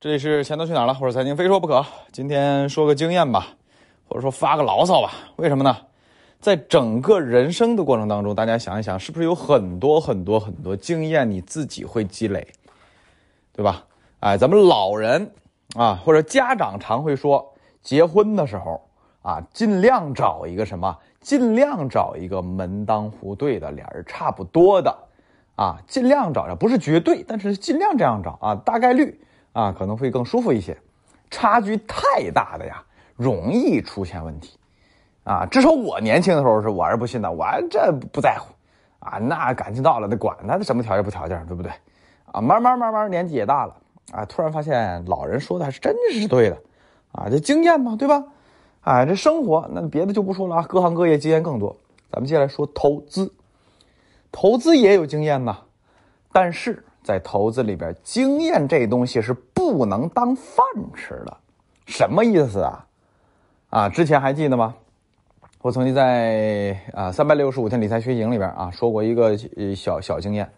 这里是钱都去哪儿了，我是财经非说不可。今天说个经验吧，或者说发个牢骚吧。为什么呢？在整个人生的过程当中，大家想一想，是不是有很多经验你自己会积累，对吧？哎，咱们老人啊，或者家长常会说，结婚的时候啊，尽量找一个什么？尽量找一个门当户对的，俩人差不多的啊，尽量找，不是绝对，但是尽量这样找啊，大概率啊可能会更舒服一些。差距太大的呀，容易出现问题啊。至少我年轻的时候我是不信的，我这不在乎啊，那感情到了得管他什么条件不条件，对不对啊？慢慢年纪也大了啊，突然发现老人说的还是真是对的啊，这经验嘛，对吧？哎，这生活那别的就不说了啊，各行各业经验更多。咱们接下来说投资，投资也有经验呐，但是在投资里边，经验这东西是不能当饭吃的。什么意思啊？啊，之前还记得吗？我曾经在365天理财学营里边啊说过一个小经验。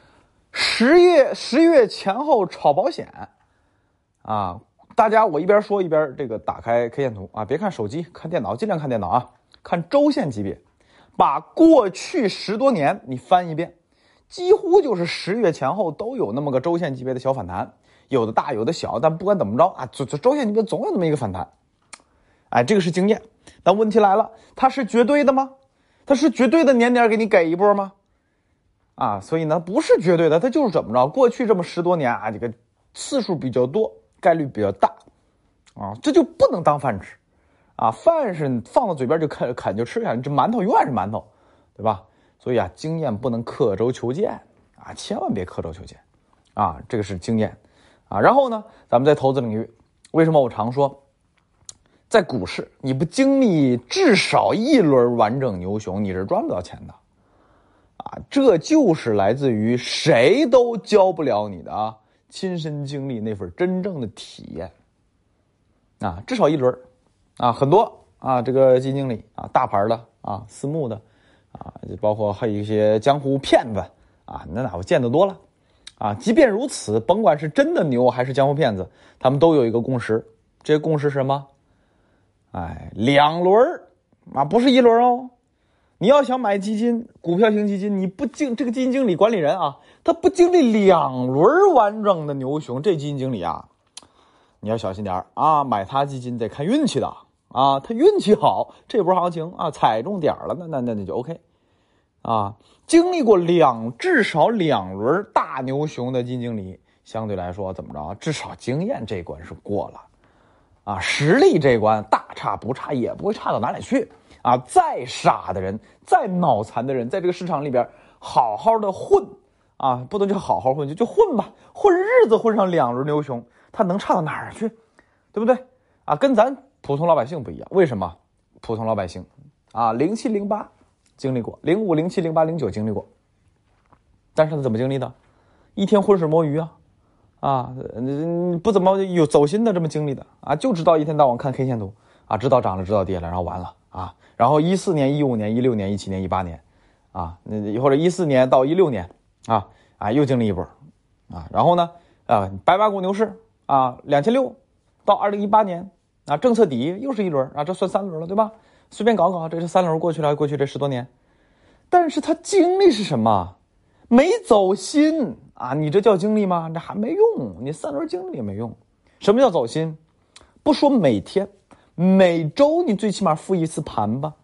十月前后炒保险啊。大家我一边说一边这个打开 K 线图啊，别看手机，看电脑，尽量看电脑啊，看周线级别，把过去10多年你翻一遍，几乎就是10月前后都有那么个周线级别的小反弹，有的大有的小，但不管怎么着啊，周线级别总有那么一个反弹。哎，这个是经验，但问题来了，它是绝对的吗？它是绝对的年给你给一波吗？啊，所以呢不是绝对的，它就是怎么着，过去这么10多年啊，这个次数比较多，概率比较大啊，这就不能当饭吃啊！饭是放到嘴边就啃就吃下，这馒头永远是馒头，对吧？所以啊，经验不能刻舟求剑啊，千万别刻舟求剑啊！这个是经验啊。然后呢，咱们在投资领域，为什么我常说，在股市你不经历至少一轮完整牛熊，你是赚不到钱的啊！这就是来自于谁都教不了你的啊，亲身经历那份真正的体验啊，至少一轮啊，很多啊，这个基金经理啊，大牌的啊，私募的啊，包括还有一些江湖骗子啊，那我见得多了啊。即便如此，甭管是真的牛还是江湖骗子，他们都有一个共识，这个共识是什么？哎，2轮啊，不是1轮哦。你要想买基金，股票型基金，你不经这个基金经理管理人啊，他不经历2轮完整的牛熊，这基金经理啊，你要小心点啊！买他基金得看运气的啊，他运气好，这波行情啊踩中点了，那就 OK 啊。经历过至少2轮大牛熊的基金经理，相对来说怎么着？至少经验这一关是过了啊，实力这一关大差不差，也不会差到哪里去啊。再傻的人，再脑残的人，在这个市场里边好好的混啊，不能叫好好混，就混吧，混日子混上2轮牛熊，他能差到哪儿去，对不对啊？跟咱普通老百姓不一样。为什么？普通老百姓啊，07、08经历过，05、07、08、09经历过，但是他怎么经历的？一天浑水摸鱼啊，不怎么有走心的这么经历的啊，就知道一天到晚看 K 线图啊，知道涨了，知道跌了，然后完了啊。然后14年、15年、16年、17年、18年啊，或者14年到16年啊，又经历一波啊。然后呢白马股牛市啊，2006到2018年啊，政策底又是1轮啊，这算3轮了，对吧？随便搞，这是3轮过去了，过去这10多年，但是他经历是什么？没走心啊！你这叫经历吗？这还没用，你3轮经历也没用。什么叫走心？不说每天，每周你最起码复一次盘吧，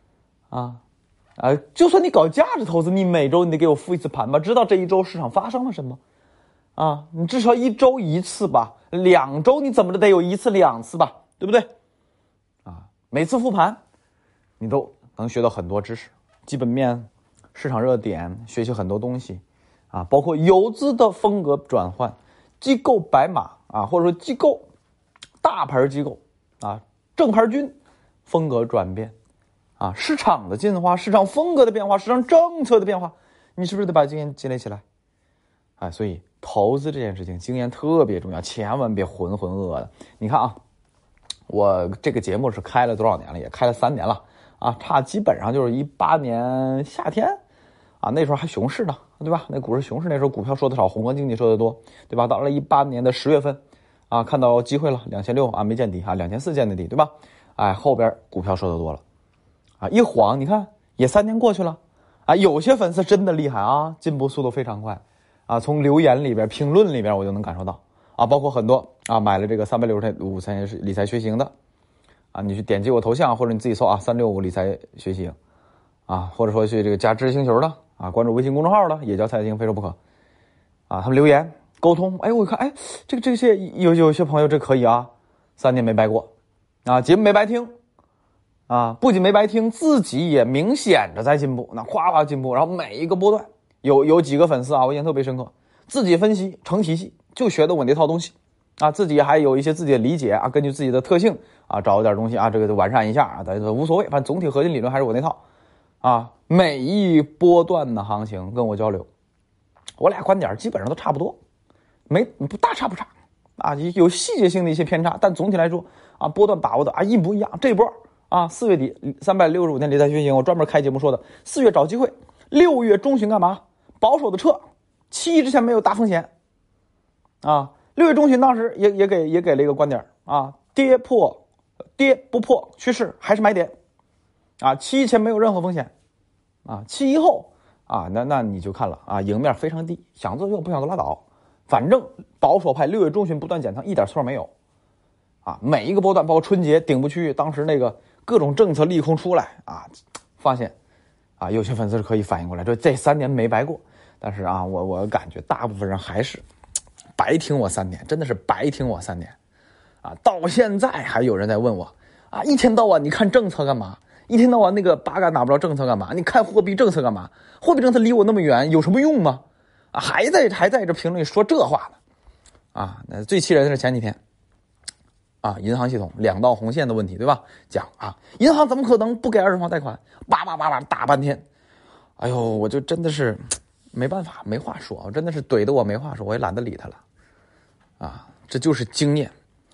就算你搞价值投资，你每周你得给我复一次盘吧，知道这一周市场发生了什么啊？你至少1周1次吧，2周你怎么着得有1次2次吧，对不对啊？每次复盘你都能学到很多知识，基本面、市场热点，学习很多东西啊，包括游资的风格转换，机构白马啊，或者说机构大牌机构啊，正牌军风格转变啊，市场的进化，市场风格的变化，市场政策的变化，你是不是得把经验积累起来？哎，所以投资这件事情经验特别重要，千万别浑浑噩噩的。你看啊，我这个节目是开了多少年了？也开了3年了啊，基本上就是18年夏天啊，那时候还熊市呢，对吧？那股市熊市那时候股票说的少，宏观经济说的多，对吧？到了18年的10月份啊，看到机会了，2600啊没见底啊，2400见的底，对吧？哎，后边股票说的多了啊，一晃你看也3年过去了啊，有些粉丝真的厉害啊，进步速度非常快啊，从留言里边评论里边我就能感受到啊，包括很多啊买了这个365天理财学习营的啊，你去点击我头像或者你自己搜啊365理财学习营啊，或者说去这个加知识星球的啊，关注微信公众号的也叫财经非说不可啊，他们留言沟通，哎，我一看，哎，这些有些朋友这可以啊，3年没白过啊，节目没白听啊，不仅没白听，自己也明显的在进步，那夸夸进步，然后每一个波段有几个粉丝啊，我印象特别深刻，自己分析成体系，就学的我那套东西啊，自己还有一些自己的理解啊，根据自己的特性啊，找一点东西啊，这个完善一下啊，但是无所谓，反正总体核心理论还是我那套啊，每一波段的行情跟我交流，我俩观点基本上都差不多。不大差不差啊，有细节性的一些偏差，但总体来说啊，波段把握的啊一模一样。这波啊，4月底365天理财学习营，我专门开节目说的，4月找机会，6月中旬干嘛？保守的撤，7亿之前没有大风险啊。6月中旬当时也给了一个观点啊，跌不破趋势还是买点啊，7亿前没有任何风险啊，7亿后啊，那你就看了啊，赢面非常低，想做就不想做拉倒。反正保守派6月中旬不断减仓，一点错没有啊！每一个波段，包括春节顶部区域，当时那个各种政策利空出来啊，发现啊，有些粉丝是可以反应过来，这3年没白过。但是啊，我感觉大部分人还是白听我3年，真的是白听我3年啊！到现在还有人在问我啊，一天到晚你看政策干嘛？一天到晚那个八竿打不着政策干嘛？你看货币政策干嘛？货币政策离我那么远，有什么用吗？啊，还在这评论里说这话呢，啊，那最气人的是前几天，啊，银行系统2道红线的问题，对吧？讲啊，银行怎么可能不给二手房贷款？叭打半天，哎呦，我就真的是没办法，没话说，我真的是怼得我没话说，我也懒得理他了，啊，这就是经验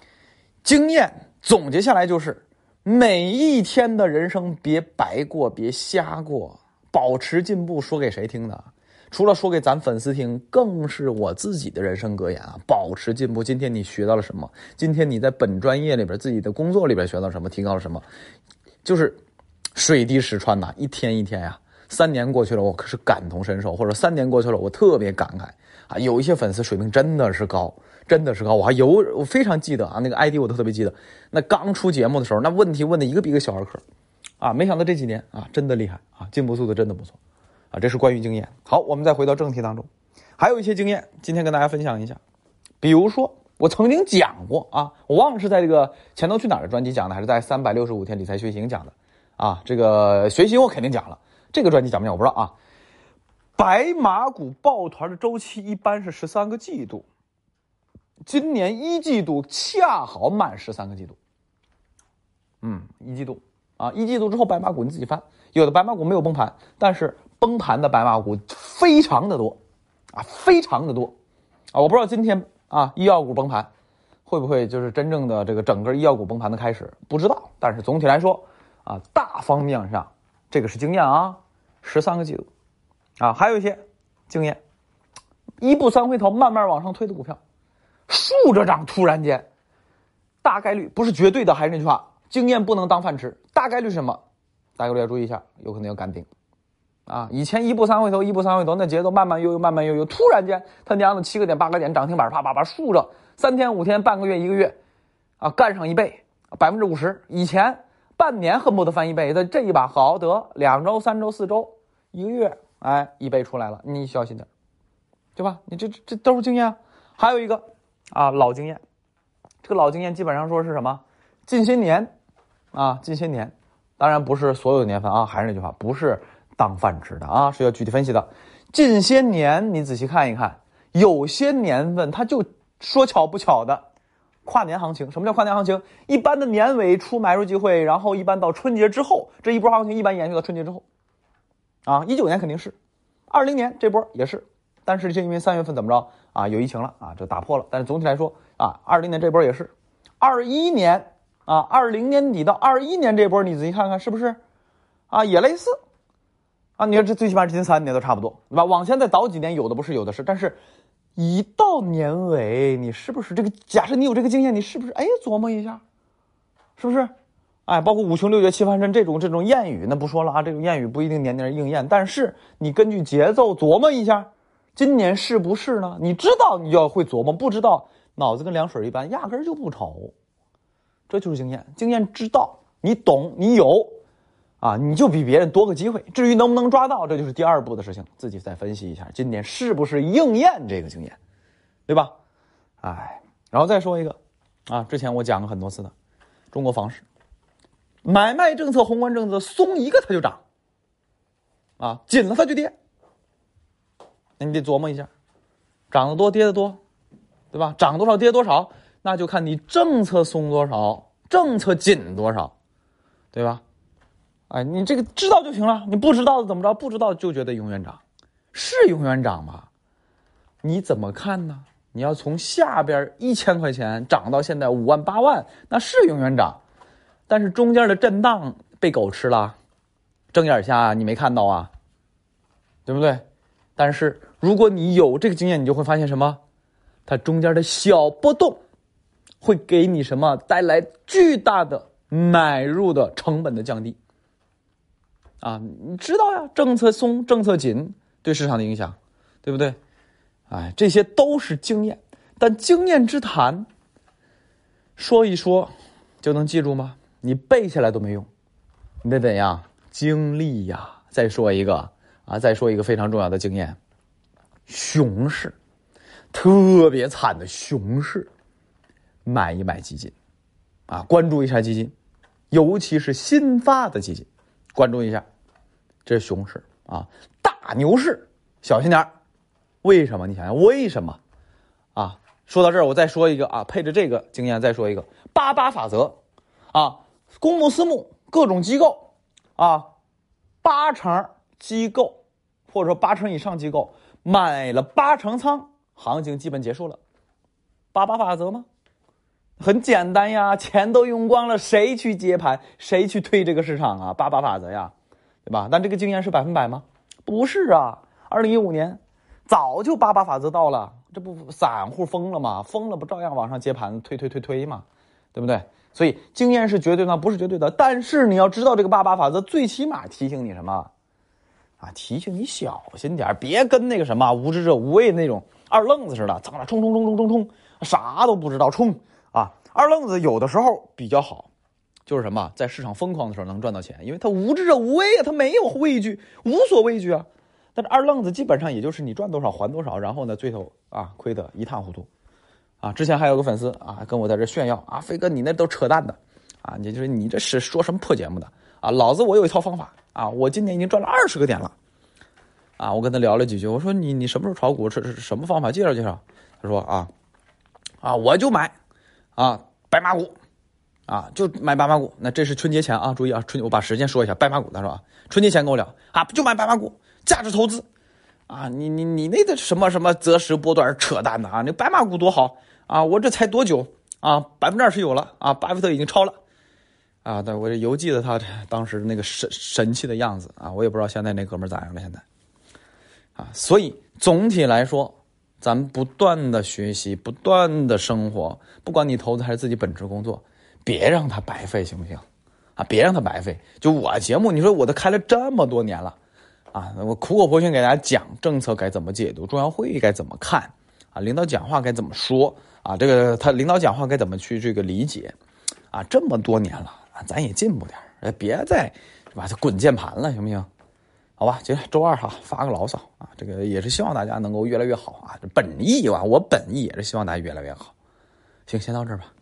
总结下来就是，每一天的人生别白过，别瞎过，保持进步，说给谁听的？除了说给咱粉丝听，更是我自己的人生格言啊！保持进步。今天你学到了什么？今天你在本专业里边、自己的工作里边学到什么？提高了什么？就是水滴石穿呐，一天一天呀。3年过去了，我可是感同身受，或者3年过去了，我特别感慨啊！有一些粉丝水平真的是高，真的是高。我非常记得啊，那个 ID 我都特别记得。那刚出节目的时候，那问题问的一个比一个小儿科啊！没想到这几年啊，真的厉害啊，进步速度真的不错。啊，这是关于经验。好，我们再回到正题当中，还有一些经验，今天跟大家分享一下。比如说，我曾经讲过啊，我忘了是在这个钱都去哪儿的专辑讲的，还是在365天理财学习营讲的啊。这个学习我肯定讲了，这个专辑讲不讲我不知道啊。白马股抱团的周期一般是13个季度，今年1季度恰好满13个季度。1季度啊，1季度之后白马股你自己翻，有的白马股没有崩盘，但是崩盘的白马股非常的多啊，非常的多啊！我不知道今天啊医药股崩盘会不会就是真正的这个整个医药股崩盘的开始，不知道。但是总体来说啊，大方面上这个是经验啊，13个季度啊，还有一些经验，一步三回头慢慢往上推的股票，竖着涨，突然间大概率不是绝对的，还是那句话，经验不能当饭吃，大概率是什么？大概率要注意一下，有可能要干顶。啊，以前一步三回头，那节奏慢慢悠悠，突然间他娘的7个点8个点涨停板，啪竖着，3天5天半个月1个月，啊，干上1倍，50%。以前半年恨不得翻1倍，这一把好得2周3周4周1个月，哎，1倍出来了，你小心点，对吧？你这都是经验啊。还有一个啊，老经验，这个老经验基本上说是什么？近些年啊，近些年，当然不是所有的年份啊，还是那句话，不是当饭吃的啊，是要具体分析的。近些年你仔细看一看，有些年份它就说巧不巧的跨年行情。什么叫跨年行情？一般的年尾出买入机会，然后一般到春节之后，这一波行情一般延续到春节之后啊。19年肯定是，20年这波也是，但是就因为3月份怎么着啊，有疫情了啊，就打破了。但是总体来说啊，20年这波也是，21年啊，20年底到21年这波你仔细看看是不是啊，也类似啊。你看这最起码这前3年都差不多，对吧？往前再倒几年有的不是有的是，但是一到年尾，你是不是这个？假设你有这个经验，你是不是琢磨一下，是不是？包括五穷六绝七翻身这种谚语，那不说了啊，这种谚语不一定年年应验，但是你根据节奏琢磨一下，今年是不是呢？你知道你就要会琢磨，不知道脑子跟凉水一般，压根儿就不愁。这就是经验，经验之道，你懂，你有你就比别人多个机会。至于能不能抓到，这就是第二步的事情，自己再分析一下今年是不是应验这个经验，对吧？然后再说一个之前我讲过很多次的中国房市，买卖政策、宏观政策松一个它就涨紧了它就跌。那你得琢磨一下，涨得多跌得多，对吧？涨多少跌多少，那就看你政策松多少，政策紧多少，对吧？你这个知道就行了，你不知道的怎么着？不知道就觉得永远涨，是永远涨吗？你怎么看呢？你要从下边1000块钱涨到现在5万8万，那是永远涨，但是中间的震荡被狗吃了，睁眼瞎你没看到啊，对不对？但是如果你有这个经验，你就会发现什么？它中间的小波动会给你什么？带来巨大的买入的成本的降低你知道呀，政策松政策紧对市场的影响，对不对？这些都是经验，但经验之谈说一说就能记住吗？你背下来都没用，你得怎样？经历呀。再说一个非常重要的经验，熊市，特别惨的熊市，买一买基金关注一下基金，尤其是新发的基金，关注一下，这是熊市大牛市小心点。为什么？你想想为什么说到这儿我再说一个配着这个经验再说一个88法则公募私募各种机构80%机构或者说80%以上机构买了80%仓，行情基本结束了。88法则吗？很简单呀，钱都用光了，谁去接盘，谁去推这个市场88法则呀，对吧？但这个经验是100%吗？不是2015年早就88法则到了，这不散户疯了吗？疯了不照样往上接盘推嘛，对不对？所以经验是绝对的，不是绝对的，但是你要知道这个88法则最起码提醒你什么提醒你小心点，别跟那个什么无知者无畏那种二愣子似的，蹭了冲，啥都不知道冲二愣子有的时候比较好，就是什么在市场疯狂的时候能赚到钱，因为他无知者无畏他没有畏惧，无所畏惧但是二愣子基本上也就是你赚多少还多少，然后呢最后亏得一塌糊涂之前还有个粉丝跟我在这炫耀飞哥你那都扯淡的也就是你这是说什么破节目的老子我有一套方法我今年已经赚了20个点了我跟他聊了几句，我说你什么时候炒股是什么方法介绍介绍。他说我就买白马股就买白马股。那这是春节前注意我把时间说一下，白马股他说春节前跟我聊就买白马股价值投资你那个什么择时波段扯淡的那白马股多好我这才多久20%有了巴菲特已经超了但我这犹记得他当时那个神气的样子我也不知道现在那哥们咋样了现在所以总体来说咱们不断的学习，不断的生活，不管你投资还是自己本职工作，别让它白费，行不行别让它白费。就我节目你说我都开了这么多年了我苦口婆心给大家讲政策该怎么解读，中央会议该怎么看领导讲话该怎么说这个他领导讲话该怎么去这个理解这么多年了咱也进步点别再是吧滚键盘了，行不行？好吧，今天周二发个牢骚这个也是希望大家能够越来越好这本意我本意也是希望大家越来越好。行，先到这儿吧。